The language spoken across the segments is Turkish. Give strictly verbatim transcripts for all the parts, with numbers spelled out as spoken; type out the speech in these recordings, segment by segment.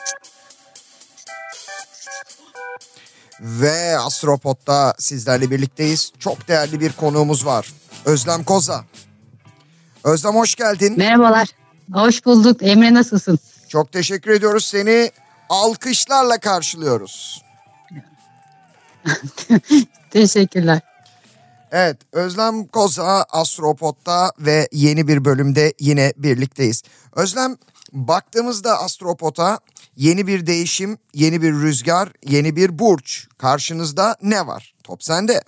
Ve Astropod'da sizlerle birlikteyiz. Çok değerli bir konuğumuz var. Özlem Koza. Özlem hoş geldin. Merhabalar. Hoş bulduk. Emre nasılsın? Çok teşekkür ediyoruz. Seni alkışlarla karşılıyoruz. Teşekkürler. Evet, Özlem Koza Astropod'da ve yeni bir bölümde yine birlikteyiz. Özlem, baktığımızda Astropod'a yeni bir değişim, yeni bir rüzgar, yeni bir burç. Karşınızda ne var? Top sende.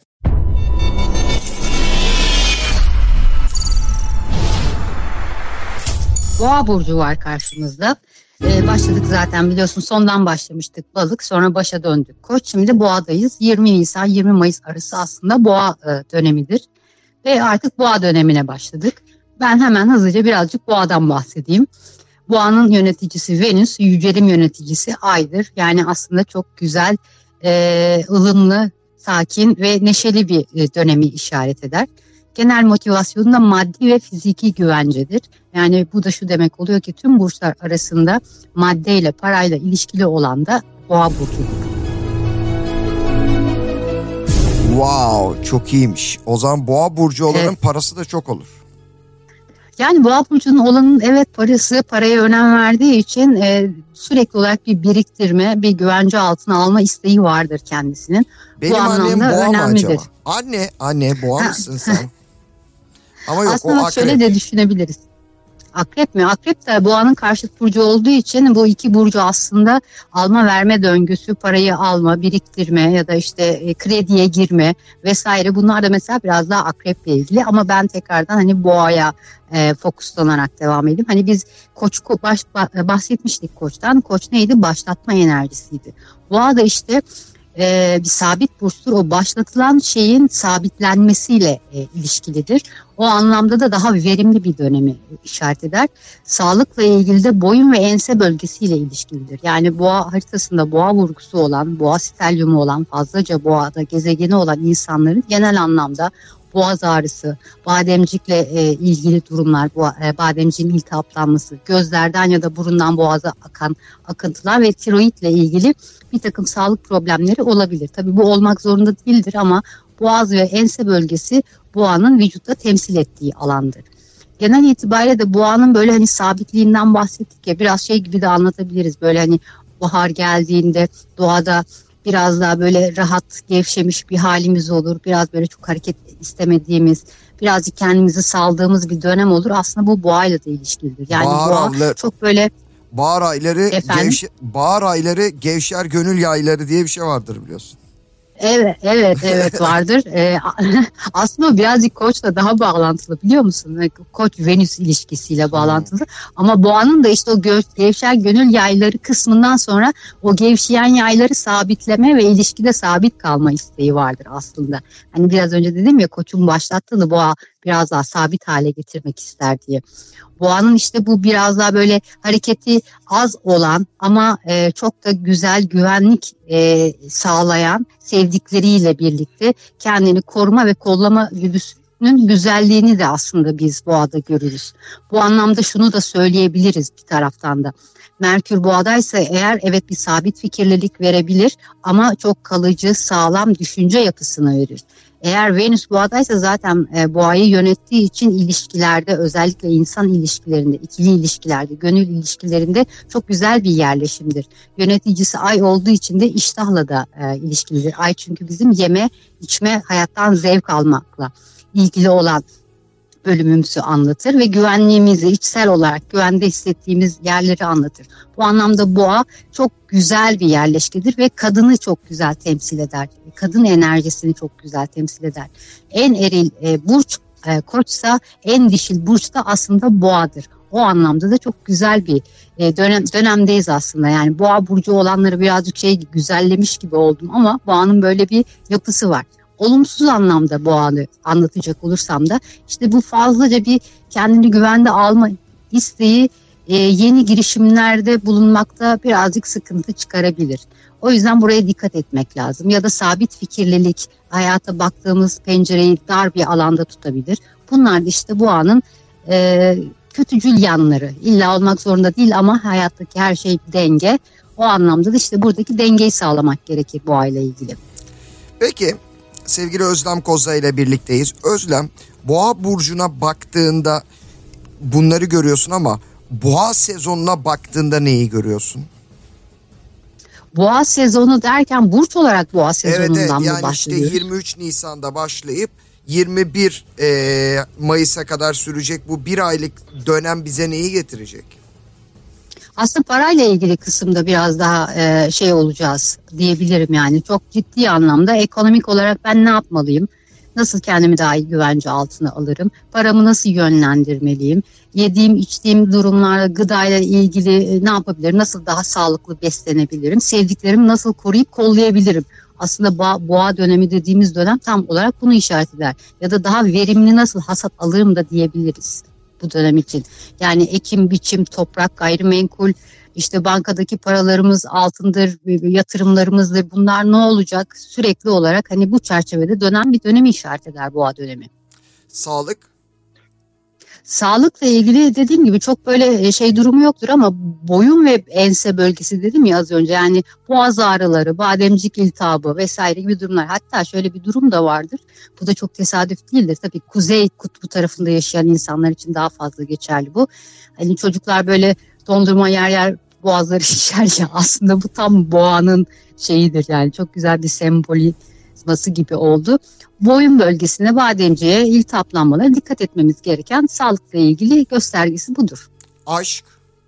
Boğa burcu var karşımızda. Ee, başladık zaten biliyorsun, sondan başlamıştık balık, sonra başa döndük koç, şimdi boğadayız. yirmi Nisan yirmi Mayıs arası aslında boğa e, dönemidir ve artık boğa dönemine başladık. Ben hemen hızlıca birazcık boğadan bahsedeyim. Boğanın yöneticisi Venüs, yücelim yöneticisi Ay'dır. Yani aslında çok güzel, e, ılımlı, sakin ve neşeli bir e, dönemi işaret eder. Genel motivasyonu da maddi ve fiziki güvencedir. Yani bu da şu demek oluyor ki tüm burçlar arasında maddeyle, parayla ilişkili olan da boğa burcudur. Wow, çok iyiymiş. O zaman boğa burcu olanın evet, parası da çok olur. Yani boğa burcunun olanın evet parası, paraya önem verdiği için e, sürekli olarak bir biriktirme, bir güvence altına alma isteği vardır kendisinin. Benim bu annem boğa önemlidir. mı acaba? Anne, anne boğa mısın sen? Ama yok, aslında o akrep. Şöyle de düşünebiliriz. Akrep mi? Akrep de boğanın karşıt burcu olduğu için bu iki burcu aslında alma verme döngüsü, parayı alma, biriktirme ya da işte e, krediye girme vesaire, bunlar da mesela biraz daha akreple ilgili. Ama ben tekrardan hani boğaya e, fokuslanarak devam edeyim. Hani biz koç baş, bahsetmiştik koçtan. Koç neydi? Başlatma enerjisiydi. Boğa da işte Ee, bir sabit burçtur. O başlatılan şeyin sabitlenmesiyle e, ilişkilidir. O anlamda da daha verimli bir dönemi işaret eder. Sağlıkla ilgili de boyun ve ense bölgesiyle ilişkilidir. Yani boğa haritasında boğa vurgusu olan, boğa stelyumu olan, fazlaca boğada gezegeni olan insanların genel anlamda boğaz ağrısı, bademcikle e, ilgili durumlar, bu, e, bademciğin iltihaplanması, gözlerden ya da burundan boğaza akan akıntılar ve tiroidle ilgili bir takım sağlık problemleri olabilir. Tabii bu olmak zorunda değildir ama boğaz ve ense bölgesi boğanın vücutta temsil ettiği alandır. Genel itibariyle de boğanın böyle hani sabitliğinden bahsettik ya, biraz şey gibi de anlatabiliriz. Böyle hani bahar geldiğinde doğada biraz daha böyle rahat, gevşemiş bir halimiz olur. Biraz böyle çok hareket istemediğimiz, birazcık kendimizi saldığımız bir dönem olur. Aslında bu boğayla da ilişkilidir. Yani bahar boğa avlı, çok böyle... Bahar ayları, gevşe, bahar ayları gevşer gönül yayları diye bir şey vardır biliyorsun. Evet, evet, evet vardır. Ee, aslında birazcık Koç'la daha bağlantılı, biliyor musun? Koç-Venüs ilişkisiyle bağlantılı. Ama boğanın da işte o gö- gevşer gönül yayları kısmından sonra o gevşeyen yayları sabitleme ve ilişkide sabit kalma isteği vardır aslında. Hani biraz önce dedim ya, Koç'un başlattığını boğa biraz daha sabit hale getirmek ister diye. Boğanın işte bu biraz daha böyle hareketi az olan ama e, çok da güzel güvenlik e, sağlayan, sevdikleriyle birlikte kendini koruma ve kollama güdüsünün güzelliğini de aslında biz boğada görürüz. Bu anlamda şunu da söyleyebiliriz bir taraftan da. Merkür boğadaysa eğer, evet bir sabit fikirlilik verebilir ama çok kalıcı, sağlam düşünce yapısını verir. Eğer Venüs boğadaysa zaten e, boğayı yönettiği için ilişkilerde, özellikle insan ilişkilerinde, ikili ilişkilerde, gönül ilişkilerinde çok güzel bir yerleşimdir. Yöneticisi Ay olduğu için de iştahla da e, ilişkilidir. Ay çünkü bizim yeme, içme, hayattan zevk almakla ilgili olan bölümümüzü anlatır ve güvenliğimizi, içsel olarak güvende hissettiğimiz yerleri anlatır. Bu anlamda boğa çok güzel bir yerleşkedir ve kadını çok güzel temsil eder. Kadın enerjisini çok güzel temsil eder. En eril e, burç e, Koçsa, en dişil burç da aslında boğadır. O anlamda da çok güzel bir e, dönem dönemdeyiz aslında. Yani boğa burcu olanları birazcık şey güzellemiş gibi oldum ama boğanın böyle bir yapısı var. Olumsuz anlamda boğanı anlatacak olursam da işte bu fazlaca bir kendini güvende alma isteği e, yeni girişimlerde bulunmakta birazcık sıkıntı çıkarabilir. O yüzden buraya dikkat etmek lazım. Ya da sabit fikirlilik, hayata baktığımız pencereyi dar bir alanda tutabilir. Bunlar da işte boğanın e, kötücül yanları. İlla olmak zorunda değil ama hayattaki her şey denge. O anlamda da işte buradaki dengeyi sağlamak gerekir boğa ile ilgili. Peki sevgili Özlem Koza ile birlikteyiz. Özlem, boğa burcuna baktığında bunları görüyorsun ama boğa sezonuna baktığında neyi görüyorsun? Boğa sezonu derken burç olarak boğa sezonundan evet, evet. mı Yani bahsediyoruz? işte yirmi üç Nisan'da başlayıp yirmi bir e, Mayıs'a kadar sürecek bu bir aylık dönem bize neyi getirecek? Aslında parayla ilgili kısımda biraz daha e, şey olacağız diyebilirim yani. Çok ciddi anlamda ekonomik olarak ben ne yapmalıyım? Nasıl kendimi daha iyi güvence altına alırım? Paramı nasıl yönlendirmeliyim? Yediğim içtiğim durumlarda gıdayla ilgili e, ne yapabilirim? Nasıl daha sağlıklı beslenebilirim? Sevdiklerimi nasıl koruyup kollayabilirim? Aslında boğa, boğa dönemi dediğimiz dönem tam olarak bunu işaret eder. Ya da daha verimli nasıl hasat alırım da diyebiliriz bu dönem için. Yani ekim, biçim, toprak, gayrimenkul, işte bankadaki paralarımız, altındır, yatırımlarımızdır. Bunlar ne olacak? Sürekli olarak hani bu çerçevede dönen bir dönemi işaret eder boğa dönemi. Sağlık? Sağlıkla ilgili dediğim gibi çok böyle şey durumu yoktur ama boyun ve ense bölgesi dedim ya az önce, yani boğaz ağrıları, bademcik iltihabı vesaire gibi durumlar. Hatta şöyle bir durum da vardır. Bu da çok tesadüf değildir. Tabii Kuzey Kutbu tarafında yaşayan insanlar için daha fazla geçerli bu. Hani çocuklar böyle dondurma yer yer boğazları şişer ya, aslında bu tam boğanın şeyidir, yani çok güzel bir sembolizması gibi oldu. Boyun bölgesine, bademciğe, iltihaplanmalara dikkat etmemiz gereken sağlıkla ilgili göstergesi budur. Aşk?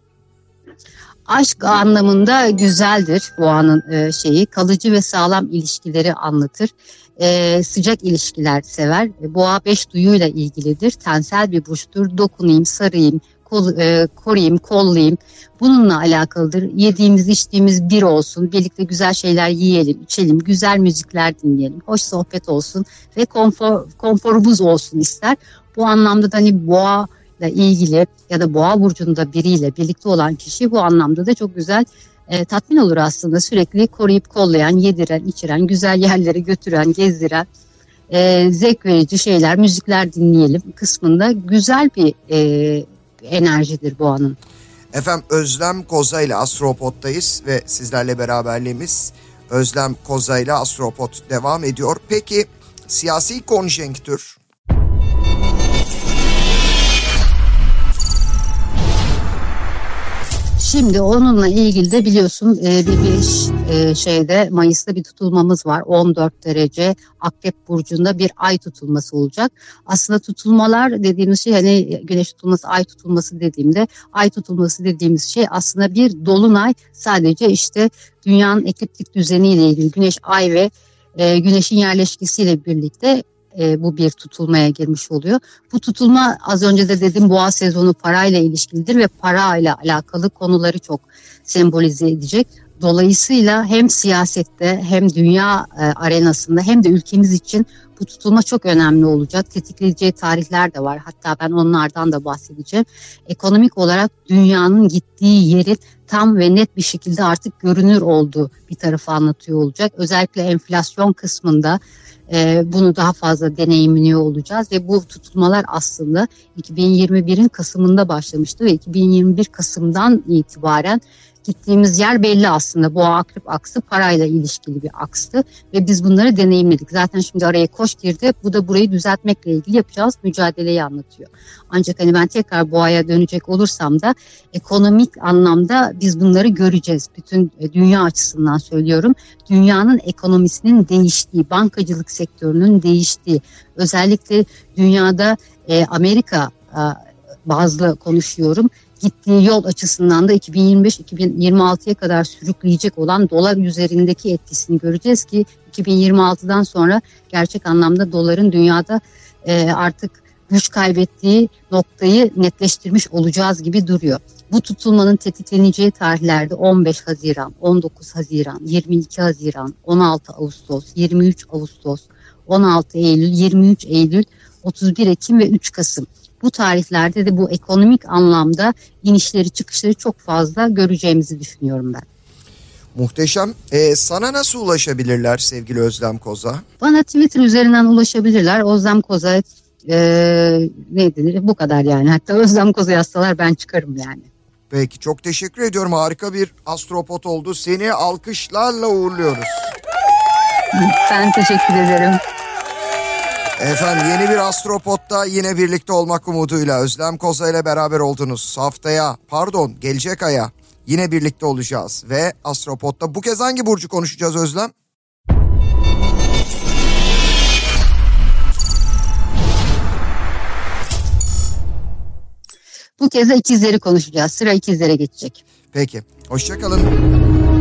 Aşk anlamında güzeldir boğanın e, şeyi, kalıcı ve sağlam ilişkileri anlatır. E, sıcak ilişkiler sever. E, boğa beş duyuyla ilgilidir. Tensel bir burçtur. Dokunayım, sarayım, kol, e, koruyayım, kollayayım. Bununla alakalıdır. Yediğimiz, içtiğimiz bir olsun. Birlikte güzel şeyler yiyelim, içelim. Güzel müzikler dinleyelim. Hoş sohbet olsun ve konfor, konforumuz olsun ister. Bu anlamda da hani boğa ile ilgili ya da boğa burcunda biriyle birlikte olan kişi bu anlamda da çok güzel e, tatmin olur aslında. Sürekli koruyup kollayan, yediren, içiren, güzel yerlere götüren, gezdiren, e, zevk verici şeyler, müzikler dinleyelim kısmında güzel bir e, enerjidir boğanın. Efendim, Özlem Koza ile Astropod'dayız ve sizlerle beraberliğimiz Özlem Koza ile Astropod devam ediyor. Peki siyasi konjonktür? Şimdi onunla ilgili de biliyorsun e, bir, bir e, şeyde Mayıs'ta bir tutulmamız var. on dört derece Akrep Burcu'nda bir ay tutulması olacak. Aslında tutulmalar dediğimiz şey, hani güneş tutulması, ay tutulması dediğimde, ay tutulması dediğimiz şey aslında bir dolunay. Sadece işte dünyanın ekliptik düzeniyle ilgili güneş, ay ve e, güneşin yerleşkesiyle birlikte E, bu bir tutulmaya girmiş oluyor. Bu tutulma, az önce de dedim, boğa sezonu parayla ilişkilidir ve parayla alakalı konuları çok sembolize edecek. Dolayısıyla hem siyasette hem dünya e, arenasında hem de ülkemiz için bu tutulma çok önemli olacak. Tetikleyeceği tarihler de var. Hatta ben onlardan da bahsedeceğim. Ekonomik olarak dünyanın gittiği yeri tam ve net bir şekilde artık görünür olduğu bir tarafı anlatıyor olacak. Özellikle enflasyon kısmında e, bunu daha fazla deneyimliyor olacağız ve bu tutulmalar aslında iki bin yirmi birin Kasım'ında başlamıştı ve iki bin yirmi bir Kasım'dan itibaren gittiğimiz yer belli aslında. Boğa Akrep aksı parayla ilişkili bir akstı ve biz bunları deneyimledik. Zaten şimdi araya Koç girdi. Bu da burayı düzeltmekle ilgili yapacağız mücadeleyi anlatıyor. Ancak hani ben tekrar boğaya dönecek olursam da ekonomik anlamda biz bunları göreceğiz. Bütün dünya açısından söylüyorum. Dünyanın ekonomisinin değiştiği, bankacılık sektörünün değiştiği, özellikle dünyada e, Amerika e, bazlı konuşuyorum. Gittiği yol açısından da iki bin yirmi beş iki bin yirmi altıya kadar sürükleyecek olan dolar üzerindeki etkisini göreceğiz ki iki bin yirmi altıdan sonra gerçek anlamda doların dünyada e, artık güç kaybettiği noktayı netleştirmiş olacağız gibi duruyor. Bu tutulmanın tetikleneceği tarihlerde on beş Haziran, on dokuz Haziran, yirmi iki Haziran, on altı Ağustos, yirmi üç Ağustos, on altı Eylül, yirmi üç Eylül, otuz bir Ekim ve üç Kasım. Bu tarihlerde de bu ekonomik anlamda inişleri çıkışları çok fazla göreceğimizi düşünüyorum ben. Muhteşem. Ee, sana nasıl ulaşabilirler sevgili Özlem Koza? Bana Twitter üzerinden ulaşabilirler. Özlem Koza e, ne denir? Bu kadar yani. Hatta Özlem Koza yazsalar ben çıkarım yani. Peki, çok teşekkür ediyorum. Harika bir astropot oldu. Seni alkışlarla uğurluyoruz. Ben teşekkür ederim. Efendim, yeni bir Astropod'da yine birlikte olmak umuduyla Özlem Koza ile beraber oldunuz. Haftaya, pardon gelecek aya yine birlikte olacağız. Ve Astropod'da bu kez hangi burcu konuşacağız Özlem? Bu kez de ikizleri konuşacağız. Sıra ikizlere geçecek. Peki, hoşça kalın.